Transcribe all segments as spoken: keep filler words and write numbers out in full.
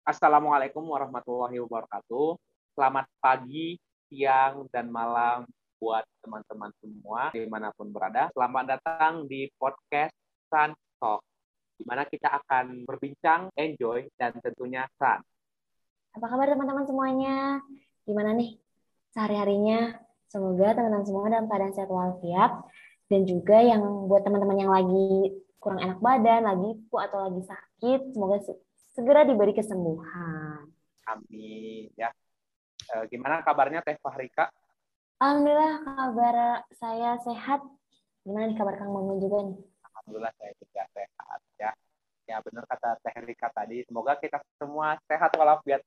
Assalamualaikum warahmatullahi wabarakatuh. Selamat pagi, siang, dan malam buat teman-teman semua dimanapun berada. Selamat datang di podcast Sun Talk, di mana kita akan berbincang, enjoy, dan tentunya Sun. Apa kabar teman-teman semuanya? Gimana nih sehari-harinya? Semoga teman-teman semua dalam keadaan sehat walafiat. Dan juga yang buat teman-teman yang lagi kurang enak badan, lagi flu atau lagi sakit, semoga segera diberi kesembuhan. Amin. Ya, e, gimana kabarnya Teh Fahrika? Alhamdulillah kabar saya sehat. Gimana nih kabar Kang Mamun juga nih? Alhamdulillah saya juga sehat ya. Ya benar kata Teh Rika tadi. Semoga kita semua sehat walafiat.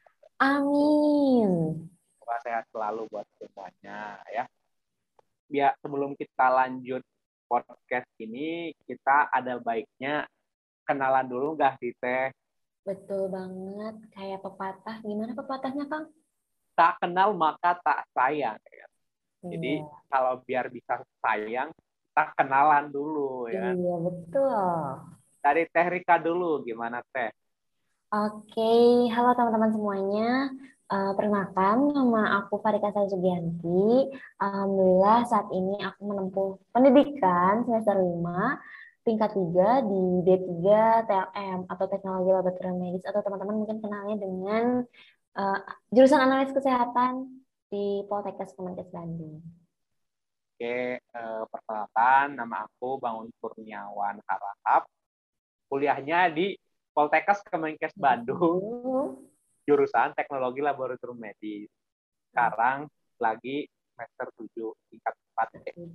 Amin. Semoga sehat selalu buat semuanya ya. Biar sebelum kita lanjut podcast ini, kita ada baiknya kenalan dulu nggak sih Teh? Betul banget. Kayak pepatah. Gimana pepatahnya Kang? Tak kenal maka tak sayang. Ya. Jadi Iya. kalau biar bisa sayang, tak kenalan dulu ya. Iya betul. Dari Teh Rika dulu, gimana Teh? Oke, halo teman-teman semuanya. Uh, perkenalkan, nama aku Farika Sari Sugianti. Alhamdulillah saat ini aku menempuh pendidikan semester lima, tingkat tiga di D tiga T L M atau Teknologi Laboratorium Medis, atau teman-teman mungkin kenalnya dengan uh, jurusan analis kesehatan di Poltekkes Kemenkes Bandung. Oke, eh, perkenalkan nama aku Bangun Kurniawan Harahap. Kuliahnya di Poltekkes Kemenkes Bandung, jurusan Teknologi Laboratorium Medis. Sekarang lagi semester tujuh tingkat empat.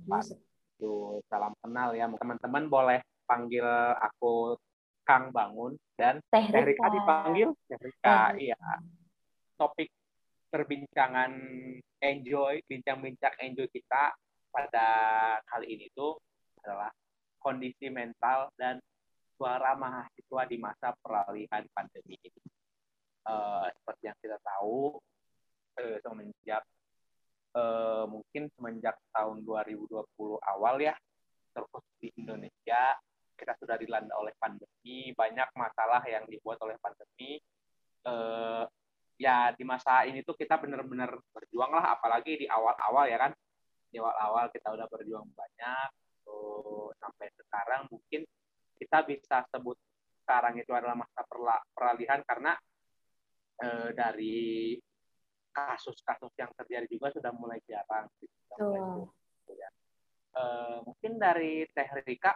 Salam kenal ya. Teman-teman boleh panggil aku Kang Bangun dan Teh Teh Rika Rika. dipanggil Teh Teh Rika. Rika. Iya. Topik perbincangan enjoy, bincang-bincang enjoy kita pada kali ini tuh adalah kondisi mental dan suara mahasiswa di masa peralihan pandemi ini. Uh, seperti yang kita tahu, uh, semenjak uh, mungkin semenjak tahun dua ribu dua puluh awal ya, terus di Indonesia kita sudah dilanda oleh pandemi, banyak masalah yang dibuat oleh pandemi. Uh, ya di masa ini tuh kita benar-benar berjuang lah, apalagi di awal-awal ya kan, di awal-awal kita udah berjuang banyak, tuh, sampai sekarang mungkin kita bisa sebut sekarang itu adalah masa peralihan karena eh, dari kasus-kasus yang terjadi juga sudah mulai jarang, sudah mulai turun. Ya. Eh, mungkin dari Teh Rika,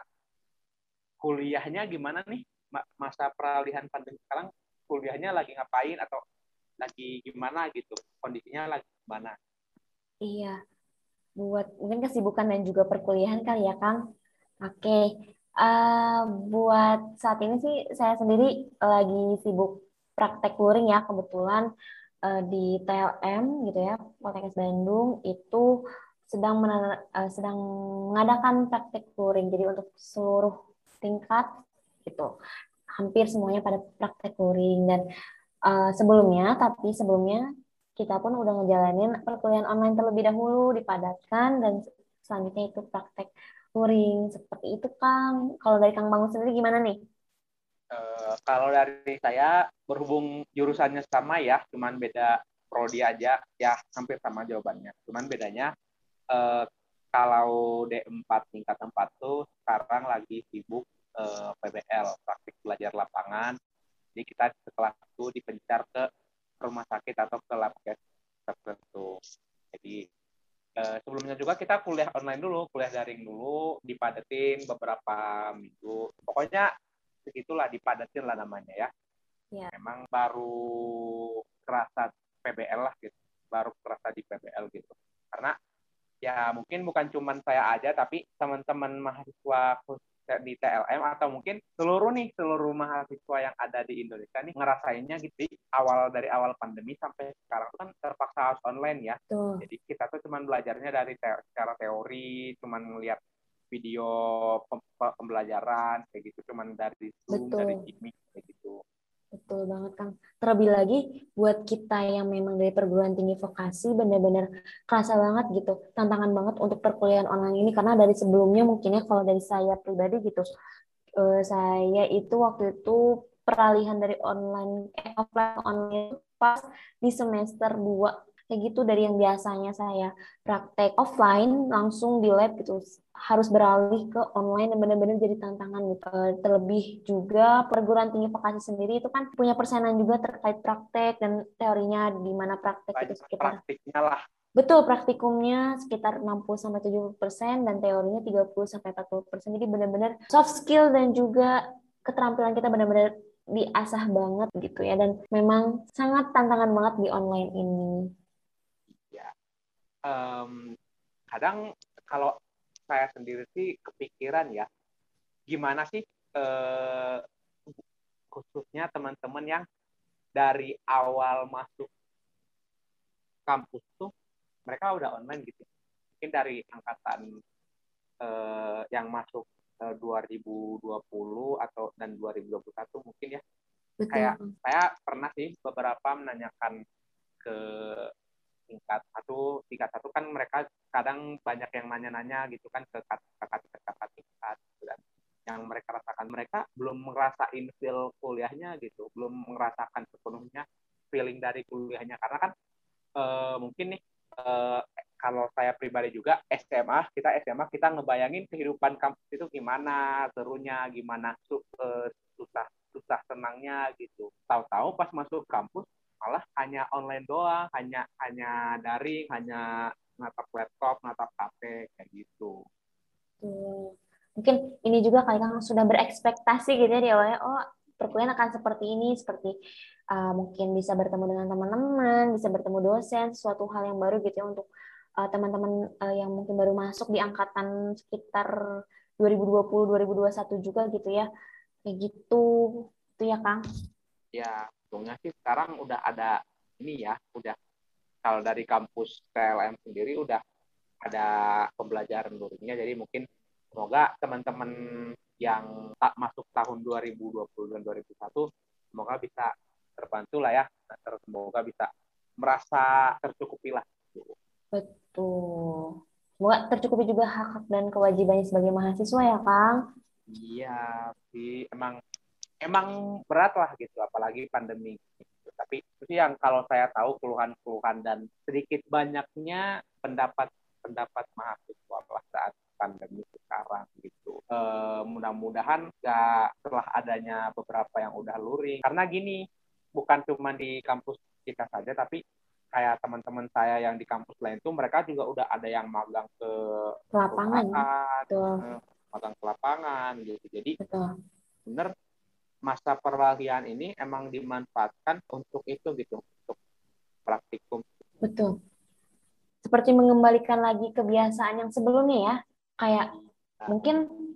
kuliahnya gimana nih masa peralihan pandemi sekarang? Kuliahnya lagi ngapain atau lagi gimana gitu, kondisinya lagi gimana? Iya, buat mungkin kesibukan dan juga perkuliahan kali ya, Kang. Oke, uh, buat saat ini sih saya sendiri lagi sibuk praktek luring ya, kebetulan uh, di T L M gitu ya, Poltekkes Bandung itu sedang mener- uh, sedang mengadakan praktek luring. Jadi untuk seluruh tingkat gitu, hampir semuanya pada praktek luring. Dan uh, sebelumnya, tapi sebelumnya kita pun udah ngejalanin perkuliahan online terlebih dahulu, dipadatkan, dan selanjutnya itu praktek luring. Seperti itu, Kang. Kalau dari Kang Bangun sendiri gimana nih? Uh, kalau dari saya, berhubung jurusannya sama ya, cuman beda prodi aja, ya hampir sama jawabannya. Cuman bedanya, uh, kalau D empat tingkat empat tuh sekarang lagi sibuk uh, P B L, praktik belajar lapangan. Jadi kita setelah itu dipencar ke rumah sakit atau ke labkes tertentu. Jadi uh, sebelumnya juga kita kuliah online dulu, kuliah daring dulu, dipadetin beberapa minggu. Pokoknya segitulah, dipadetin lah namanya ya. Ya. Memang baru kerasa P B L lah gitu, baru kerasa di P B L gitu. Karena ya mungkin bukan cuma saya aja, tapi teman-teman mahasiswa di T L M atau mungkin seluruh nih seluruh mahasiswa yang ada di Indonesia nih ngerasainnya gitu. Awal dari awal pandemi sampai sekarang kan terpaksa harus online ya. Tuh. Jadi kita tuh cuma belajarnya dari te- secara teori, cuma melihat video pembelajaran kayak gitu, cuma dari Zoom, Betul. dari Jimmy kayak gitu. Betul banget, Kang. Terlebih lagi buat kita yang memang dari perguruan tinggi vokasi, benar-benar kerasa banget gitu, tantangan banget untuk perkuliahan online ini, karena dari sebelumnya mungkin ya, kalau dari saya pribadi gitu, eh, saya itu waktu itu peralihan dari online eh, offline ke online pas di semester dua kayak gitu, dari yang biasanya saya praktek offline langsung di lab gitu harus beralih ke online dan benar-benar jadi tantangan gitu. Eh, Terlebih juga perguruan tinggi vokasi sendiri itu kan punya persaingan juga terkait praktek dan teorinya, di mana praktek itu Banyak sekitar praktiknya lah. betul praktikumnya sekitar enam puluh sampai tujuh puluh persen dan teorinya tiga puluh sampai empat puluh persen. Jadi benar-benar soft skill dan juga keterampilan kita benar-benar diasah banget gitu ya, dan memang sangat tantangan banget di online ini. Ya, em, kadang kalau saya sendiri sih kepikiran ya, gimana sih eh, khususnya teman-teman yang dari awal masuk kampus tuh mereka udah online gitu. Mungkin dari angkatan eh, yang masuk eh, dua ribu dua puluh atau dan dua ribu dua puluh satu mungkin ya. Kayak Betul. saya pernah sih beberapa menanyakan ke tingkat satu, tingkat satu kan mereka kadang banyak yang nanya-nanya gitu kan ke kakak-kakak tingkat gitu kan. Yang mereka rasakan, mereka belum ngerasain feel kuliahnya gitu, belum merasakan sepenuhnya feeling dari kuliahnya karena kan eh, mungkin nih eh, kalau saya pribadi juga S M A, kita S M A kita ngebayangin kehidupan kampus itu gimana, serunya gimana, su- eh, susah susah senangnya gitu. Tahu-tahu pas masuk kampus malah hanya online doang, hanya hanya daring, hanya natap laptop, natap H P kayak gitu. Tuh. Mungkin ini juga kali Kang sudah berekspektasi gitu ya di awalnya, oh perkuliahan akan seperti ini, seperti uh, mungkin bisa bertemu dengan teman-teman, bisa bertemu dosen, suatu hal yang baru gitu ya untuk uh, teman-teman uh, yang mungkin baru masuk di angkatan sekitar dua dua ribu dua puluh dua ribu dua puluh satu juga gitu ya. Kayak gitu. Itu ya Kang. Ya, untungnya sih sekarang udah ada ini ya, udah kalau dari kampus T L M sendiri udah ada pembelajaran luringnya, jadi mungkin semoga teman-teman yang tak masuk tahun dua ribu dua puluh dan dua ribu satu semoga bisa terbantu lah ya, semoga bisa merasa tercukupi lah. Betul. Semoga tercukupi juga hak-hak dan kewajibannya sebagai mahasiswa ya Kang. Iya sih, emang emang berat lah gitu, apalagi pandemi gitu. Tapi itu sih yang kalau saya tahu keluhan-keluhan dan sedikit banyaknya pendapat pendapat mahasiswa lah saat pandemi sekarang gitu. E, mudah-mudahan nggak setelah adanya beberapa yang udah luring. Karena gini, bukan cuma di kampus kita saja, tapi kayak teman-teman saya yang di kampus lain tuh mereka juga udah ada yang magang ke Lapangan. perusahaan, Betul. eh, magang ke lapangan gitu. Jadi Betul. bener masa peralihan ini emang dimanfaatkan untuk itu gitu, untuk praktikum. Betul. Seperti mengembalikan lagi kebiasaan yang sebelumnya ya. Kayak Nah, mungkin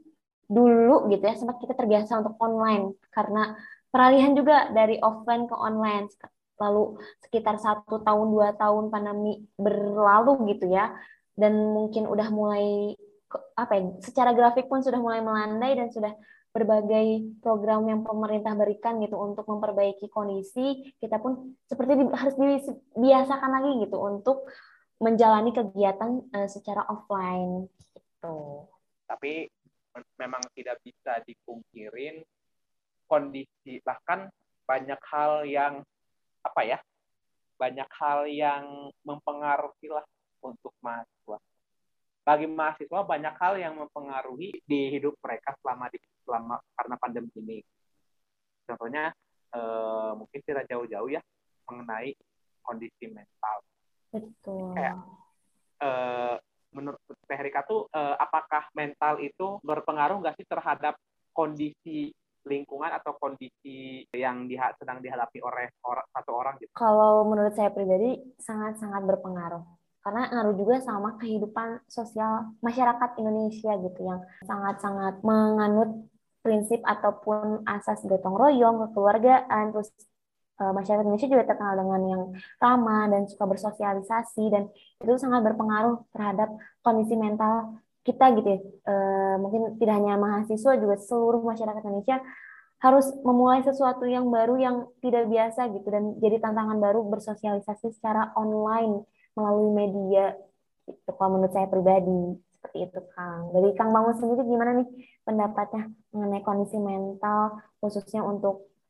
dulu gitu ya sempat kita terbiasa untuk online karena peralihan juga dari offline ke online. Lalu sekitar satu tahun dua tahun pandemi berlalu gitu ya, dan mungkin udah mulai apa ya, secara grafik pun sudah mulai melandai dan sudah berbagai program yang pemerintah berikan gitu untuk memperbaiki kondisi, kita pun seperti di, harus dibiasakan lagi gitu untuk menjalani kegiatan uh, secara offline gitu. tapi memang tidak bisa dipungkirin kondisi, bahkan banyak hal yang apa ya, banyak hal yang mempengaruhi lah untuk mahasiswa. Bagi mahasiswa banyak hal yang mempengaruhi di hidup mereka selama di selama karena pandemi ini. Contohnya eh, mungkin tidak jauh-jauh ya mengenai kondisi mental. Kayak Betul. eh, menurut Teh Rika tuh eh, apakah mental itu berpengaruh nggak sih terhadap kondisi lingkungan atau kondisi yang diha- sedang dihadapi oleh orang, satu orang gitu? Kalau menurut saya pribadi sangat-sangat berpengaruh. Karena ngaruh juga sama kehidupan sosial masyarakat Indonesia gitu yang sangat-sangat menganut prinsip ataupun asas gotong royong, kekeluargaan, terus eh, masyarakat Indonesia juga terkenal dengan yang ramah dan suka bersosialisasi, dan itu sangat berpengaruh terhadap kondisi mental kita gitu ya. Eh, mungkin tidak hanya mahasiswa, juga seluruh masyarakat Indonesia harus memulai sesuatu yang baru yang tidak biasa gitu, dan jadi tantangan baru bersosialisasi secara online melalui media itu kalau menurut saya pribadi seperti itu Kang. Dari Kang Bangun sendiri gimana nih pendapatnya mengenai kondisi mental khususnya untuk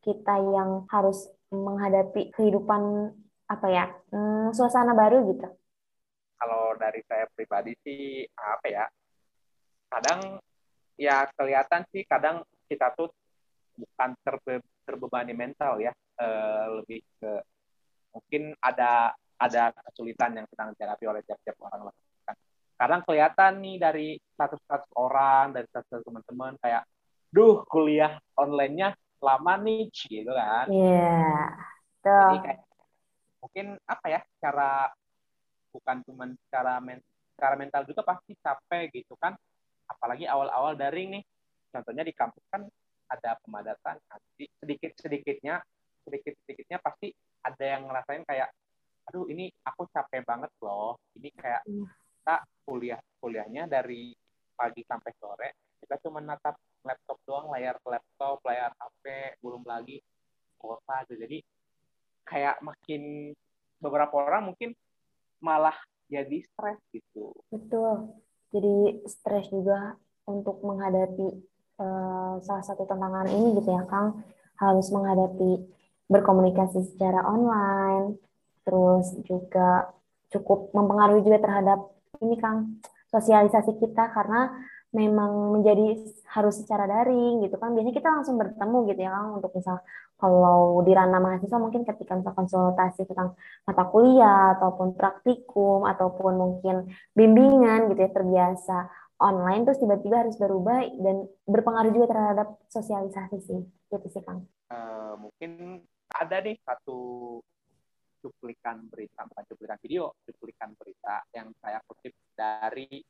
kita yang harus menghadapi kehidupan apa ya, hmm, suasana baru gitu. Kalau dari saya pribadi sih apa ya? Kadang ya kelihatan sih kadang kita tuh bukan terbe- terbebani mental ya, eh, lebih ke mungkin ada ada kesulitan yang sedang dihadapi oleh tiap-tiap orang lah. Kadang kelihatan nih dari status-status orang, dari status teman-teman kayak, duh kuliah online-nya lama nih, gitu kan. Iya, Jadi tuh. kayak mungkin apa ya, cara bukan cuma secara men secara mental juga pasti capek gitu kan. Apalagi awal-awal daring nih. Contohnya di kampus kan ada pemadatan. Sedikit-sedikitnya, sedikit-sedikitnya pasti ada yang ngerasain kayak, aduh ini aku capek banget loh. Ini kayak kita kuliah kuliahnya dari pagi sampai sore kita cuma natap laptop doang, layar laptop, layar H P, belum lagi kuota gitu. Jadi kayak makin beberapa orang mungkin malah jadi stres gitu. Betul. Jadi stres juga untuk menghadapi eh, salah satu tantangan ini gitu ya, Kang. Harus menghadapi berkomunikasi secara online, terus juga cukup mempengaruhi juga terhadap ini, Kang, sosialisasi kita karena memang menjadi harus secara daring gitu kan. Biasanya kita langsung bertemu gitu ya, Kang, untuk misal kalau di ranah mahasiswa mungkin ketika misal konsultasi tentang mata kuliah ataupun praktikum ataupun mungkin bimbingan gitu ya terbiasa online terus tiba-tiba harus berubah dan berpengaruh juga terhadap sosialisasi sih gitu sih Kang. Uh, mungkin ada nih satu cuplikan berita, bukan cuplikan video, cuplikan berita yang saya kutip dari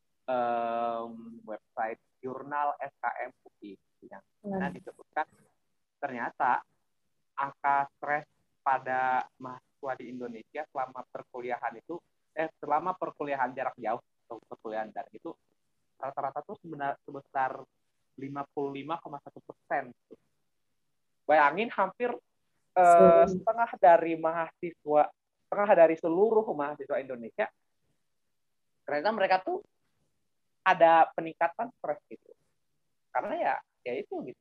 um, website jurnal S K M U I yang mana disebutkan ternyata angka stres pada mahasiswa di Indonesia selama perkuliahan itu eh selama perkuliahan jarak jauh atau perkuliahan daring itu rata-rata tuh sebenarnya sebesar lima puluh lima koma satu persen. Bayangin hampir eh, So, setengah dari mahasiswa, setengah dari seluruh mahasiswa Indonesia, ternyata mereka tuh ada peningkatan stres gitu. Karena ya, ya itu gitu.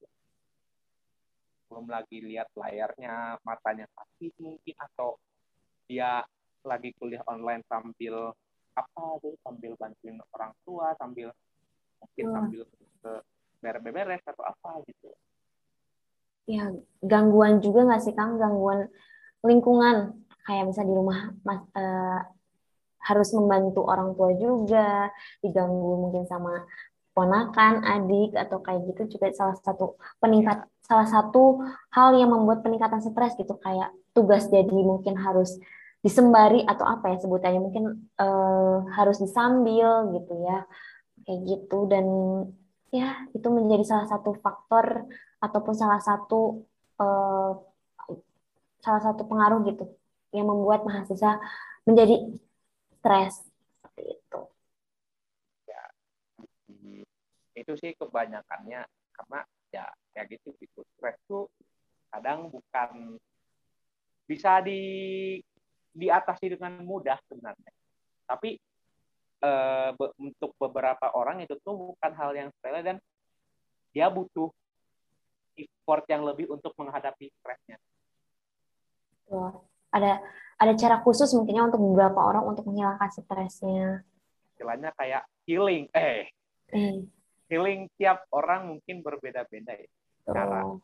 Belum lagi lihat layarnya, matanya sakit mungkin, atau dia lagi kuliah online sambil apa tuh, sambil bantuin orang tua, sambil mungkin uh, sambil ke beres-beres atau apa gitu. ya gangguan juga nggak sih Kang, gangguan lingkungan kayak bisa di rumah mas, eh, harus membantu orang tua juga, diganggu mungkin sama ponakan, adik atau kayak gitu juga salah satu peningkat Ya, salah satu hal yang membuat peningkatan stres gitu kayak tugas jadi mungkin harus disembari atau apa ya sebutannya mungkin eh, harus disambil gitu ya kayak gitu dan ya itu menjadi salah satu faktor ataupun salah satu eh, salah satu pengaruh gitu yang membuat mahasiswa menjadi stres seperti itu. ya itu sih kebanyakannya karena ya kayak gitu gitu. Stres tuh kadang bukan bisa di diatasi dengan mudah sebenarnya. Tapi eh, be, untuk beberapa orang itu tuh bukan hal yang sepele dan dia butuh effort yang lebih untuk menghadapi stresnya. Tuh. Ada ada cara khusus mungkinnya untuk beberapa orang untuk menghilangkan stresnya. Istilahnya kayak healing. Eh, Eh, healing tiap orang mungkin berbeda-beda ya cara. tuh.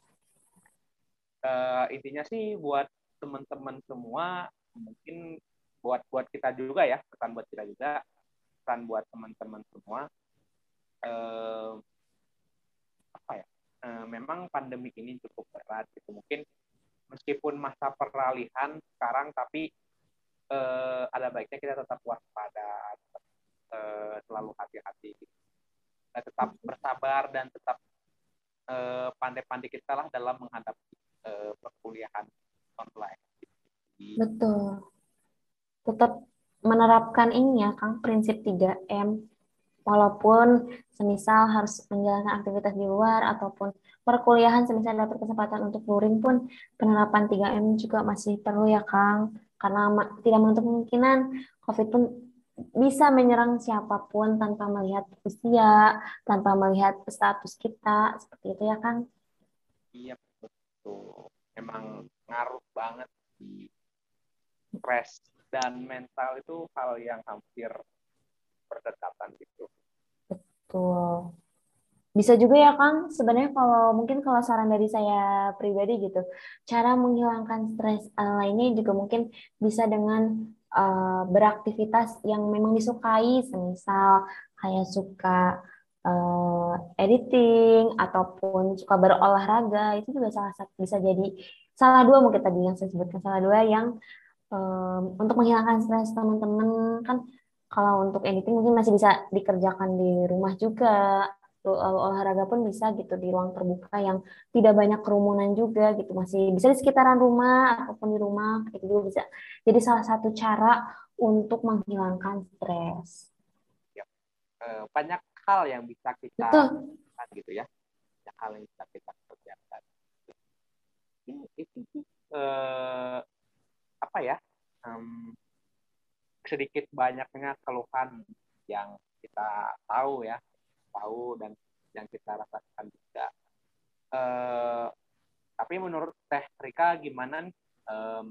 Eh, intinya sih buat teman-teman semua, mungkin buat buat kita juga ya, pesan buat kita juga, pesan buat teman-teman semua. Eh, apa ya? Eh, memang pandemi ini cukup berat gitu. Mungkin meskipun masa peralihan sekarang, tapi eh, ada baiknya kita tetap waspada, tetap, eh, selalu hati-hati, gitu. Dan tetap bersabar dan tetap eh, pandai-pandai kita lah dalam menghadapi eh, perkuliahan online. Jadi, Betul. Tetap menerapkan ini ya, Kang, prinsip tiga M. Walaupun semisal harus menjalankan aktivitas di luar ataupun perkuliahan semisal dapat kesempatan untuk luring pun penerapan tiga M juga masih perlu ya, Kang. Karena tidak menutup kemungkinan COVID pun bisa menyerang siapapun tanpa melihat usia, tanpa melihat status kita, seperti itu ya, Kang. iya, tuh emang ngaruh banget di stres dan mental itu hal yang hampir berdekatan gitu. Betul. Bisa juga ya Kang, sebenarnya kalau mungkin kalau saran dari saya pribadi gitu, cara menghilangkan stres eh, lainnya juga mungkin bisa dengan eh, beraktivitas yang memang disukai, semisal kayak suka eh, editing ataupun suka berolahraga, itu juga salah satu bisa jadi salah dua mungkin tadi yang saya sebutkan salah dua yang em, untuk menghilangkan stres teman-teman kan kalau untuk editing mungkin masih bisa dikerjakan di rumah juga. Lalu olahraga pun bisa gitu di ruang terbuka yang tidak banyak kerumunan juga gitu. Masih bisa di sekitaran rumah ataupun di rumah itu juga bisa. Jadi salah satu cara untuk menghilangkan stres. Ya, eh, banyak hal yang bisa kita Betul. lakukan gitu ya, banyak hal yang bisa kita kerjakan. Ini itu sih, eh, apa ya? em, Sedikit banyaknya keluhan yang kita tahu ya, tahu dan yang kita rasakan juga. Eh, tapi menurut Teh Rika gimana nih? Em,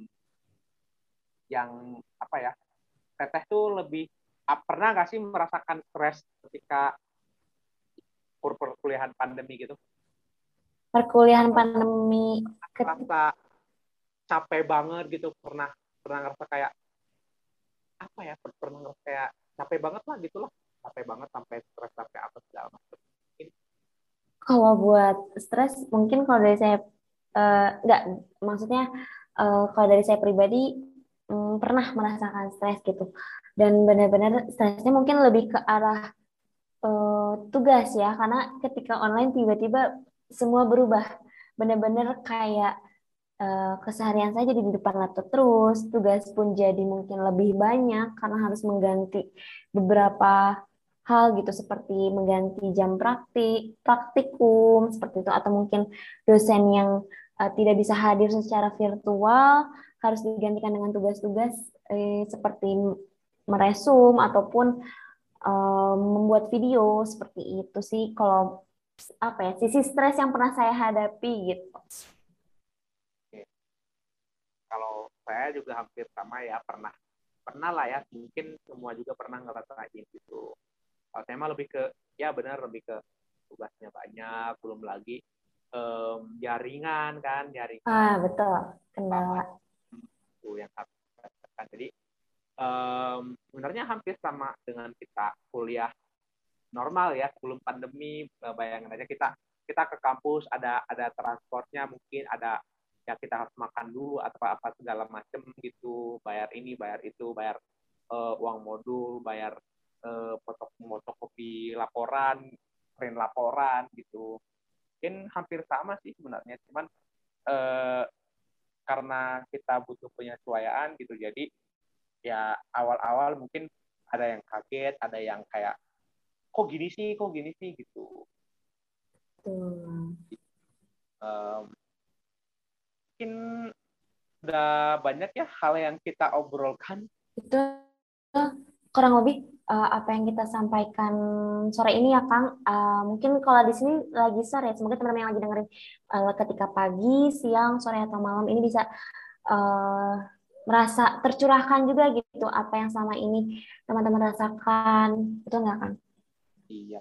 yang apa ya? Teteh tuh lebih ah, pernah nggak sih merasakan stres ketika per- perkuliahan pandemi gitu? Perkuliahan Atau pandemi ke- merasa capek banget gitu? Pernah pernah ngerasa kayak apa ya? Pernah ngerasa kayak capek banget lah gitu lah, capek banget sampai stres sampai apa segala macam. kalau buat stres mungkin kalau dari saya eh, nggak maksudnya eh, kalau dari saya pribadi mm, pernah merasakan stres gitu dan benar-benar stresnya mungkin lebih ke arah eh, tugas ya karena ketika online tiba-tiba semua berubah benar-benar kayak eh, keseharian saya jadi di depan laptop terus tugas pun jadi mungkin lebih banyak karena harus mengganti beberapa hal gitu seperti mengganti jam praktik praktikum seperti itu atau mungkin dosen yang eh, tidak bisa hadir secara virtual harus digantikan dengan tugas-tugas eh, seperti meresum ataupun eh, membuat video seperti itu sih kalau apa ya sisi stres yang pernah saya hadapi gitu. Oke. Kalau saya juga hampir sama ya, pernah pernah lah ya, mungkin semua juga pernah ngerasain gitu. Kalau saya mah lebih ke ya benar lebih ke tugasnya banyak, belum lagi em, jaringan kan, jaringan Ah, betul. sama Kendala. itu yang harus dirasakan. Jadi em, sebenarnya hampir sama dengan kita kuliah normal ya sebelum pandemi. Eh, bayangin aja kita kita ke kampus ada ada transportnya, mungkin ada ya kita harus makan dulu atau apa segala macem gitu, bayar ini bayar itu, bayar eh, uang modul, bayar eh, fotokopi laporan, print laporan gitu. Mungkin hampir sama sih sebenarnya, cuman eh, karena kita butuh penyesuaian gitu, jadi ya awal-awal mungkin ada yang kaget, ada yang kayak kok gini sih, kok gini sih gitu. Betul. Um, mungkin udah banyak ya hal yang kita obrolkan. Itu kurang lebih eh, apa yang kita sampaikan sore ini ya, Kang. Eh, mungkin kalau di sini lagi sore, semoga teman-teman yang lagi dengerin eh, ketika pagi, siang, sore atau malam ini bisa eh, merasa tercurahkan juga gitu apa yang selama ini teman-teman rasakan. Betul nggak, Kang? Iya.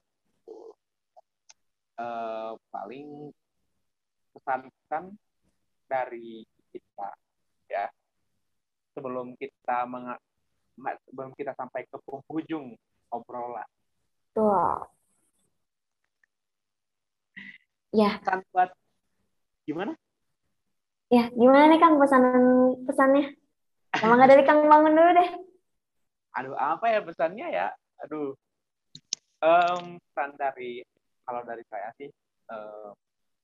Uh, paling pesan-pesan dari kita ya sebelum kita meng- sebelum kita sampai ke penghujung obrolan. Betul. Ya, Pesan buat gimana? ya. Gimana nih, Kang, pesanan pesannya? Emang nggak dari Kang Bangun dulu deh. Aduh, apa ya pesannya ya? Aduh, um, pesan dari kalau dari saya sih um,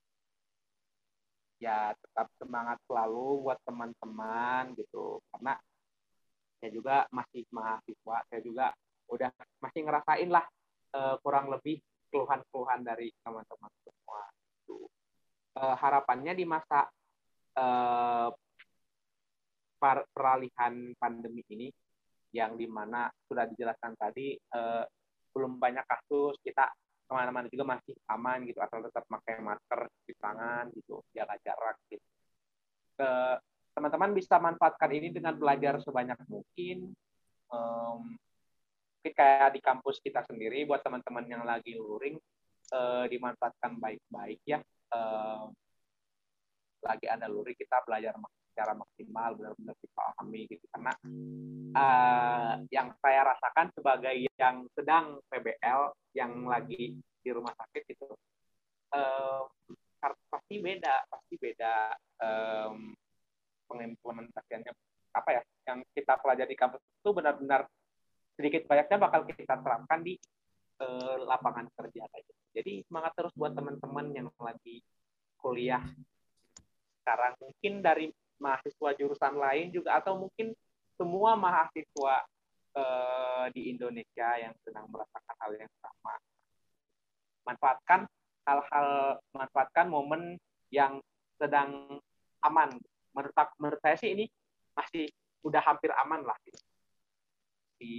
ya tetap semangat selalu buat teman-teman gitu, karena saya juga masih mahasiswa, saya juga udah masih ngerasain lah uh, kurang lebih keluhan-keluhan dari teman-teman semua. Gitu. Uh, harapannya di masa uh, peralihan pandemi ini yang dimana sudah dijelaskan tadi uh, belum banyak kasus, kita kemana-mana juga masih aman gitu, atau tetap pakai masker, cuci tangan gitu, jaga jarak gitu. Eh, teman-teman bisa manfaatkan ini dengan belajar sebanyak mungkin. Um, mungkin kayak di kampus kita sendiri, buat teman-teman yang lagi luring, eh, dimanfaatkan baik-baik ya. Eh, lagi ada luring, kita belajar secara maksimal, benar-benar dipahami gitu. Karena uh, yang saya rasakan sebagai yang sedang P B L, yang lagi di rumah sakit itu, uh, pasti beda, pasti beda um, pengimplementasiannya. Apa ya, yang kita pelajari di kampus itu benar-benar sedikit banyaknya bakal kita terapkan di uh, lapangan kerja aja. Jadi semangat terus buat teman-teman yang lagi kuliah sekarang, mungkin dari mahasiswa jurusan lain juga, atau mungkin semua mahasiswa eh, di Indonesia yang sedang merasakan hal yang sama. Manfaatkan hal-hal, manfaatkan momen yang sedang aman. Menurut, menurut saya sih ini masih udah hampir aman lah. Gitu. Di,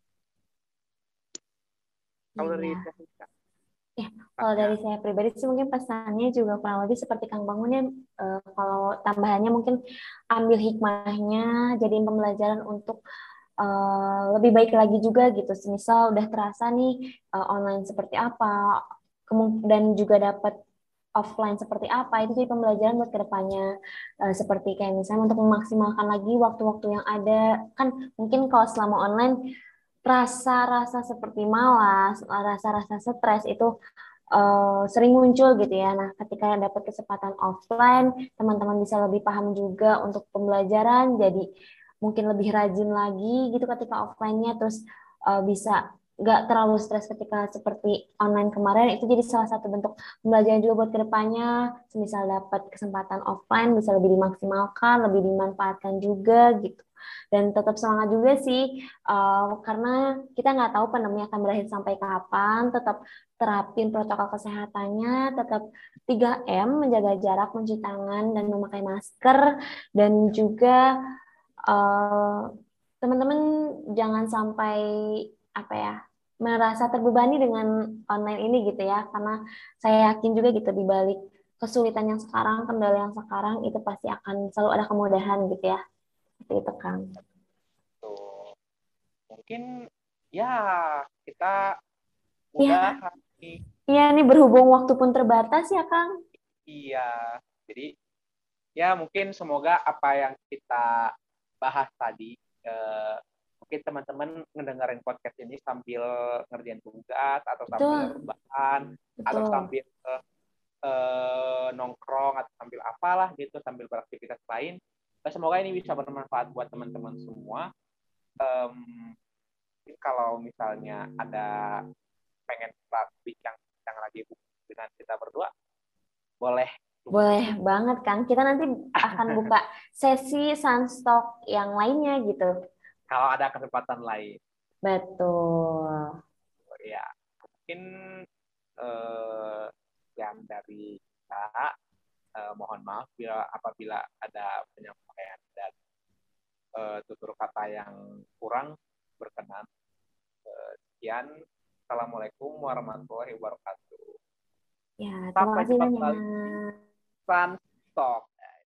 kalau dari Iya. Ya, kalau dari saya pribadi sih mungkin pesannya juga kurang lebih seperti Kang Bangun ya. Eh, kalau tambahannya mungkin ambil hikmahnya, jadiin pembelajaran untuk eh, lebih baik lagi juga gitu. Misal udah terasa nih eh, online seperti apa, dan juga dapat offline seperti apa, itu jadi pembelajaran buat kedepannya. Eh, seperti kayak misalnya untuk memaksimalkan lagi waktu-waktu yang ada. Kan mungkin kalau selama online rasa-rasa seperti malas, rasa-rasa stres itu uh, sering muncul gitu ya. Nah, ketika dapat kesempatan offline, teman-teman bisa lebih paham juga untuk pembelajaran, jadi mungkin lebih rajin lagi gitu ketika offline-nya, terus uh, bisa nggak terlalu stres ketika seperti online kemarin. Itu jadi salah satu bentuk pembelajaran juga buat kedepannya. Semisal dapat kesempatan offline, bisa lebih dimaksimalkan, lebih dimanfaatkan juga gitu. Dan tetap semangat juga sih, uh, karena kita nggak tahu pandemi akan berakhir sampai kapan. Tetap terapin protokol kesehatannya, tetap tiga M, menjaga jarak, mencuci tangan, dan memakai masker. Dan juga uh, teman-teman jangan sampai apa ya, merasa terbebani dengan online ini gitu ya, karena saya yakin juga gitu di balik kesulitan yang sekarang, kendala yang sekarang, itu pasti akan selalu ada kemudahan gitu ya. Seperti itu, Kang. Tuh. Mungkin ya kita Iya, udah nih. iya nih berhubung waktu pun terbatas ya, Kang. Iya. Jadi ya mungkin semoga apa yang kita bahas tadi, eh, mungkin teman-teman ngedengerin podcast ini sambil ngerjain tugas, atau sambil Betul, rebahan, atau betul. sambil eh, nongkrong, atau sambil apalah gitu, sambil beraktivitas lain. Nah, semoga ini bisa bermanfaat buat teman-teman semua. Um, mungkin kalau misalnya ada pengen bincang yang lagi dengan kita berdua, boleh Boleh hubungi. banget, Kang. Kita nanti akan buka sesi Sunstock yang lainnya gitu. Kalau ada kesempatan lain. Betul. Ya, mungkin eh, yang dari kita, eh, mohon maaf bila apabila ada penyampaian dan eh, tutur kata yang kurang berkenan. Eh, sekian, assalamualaikum warahmatullahi wabarakatuh. Ya, terima Sampai kasih jumpa kembali di banyak. Sun Talk.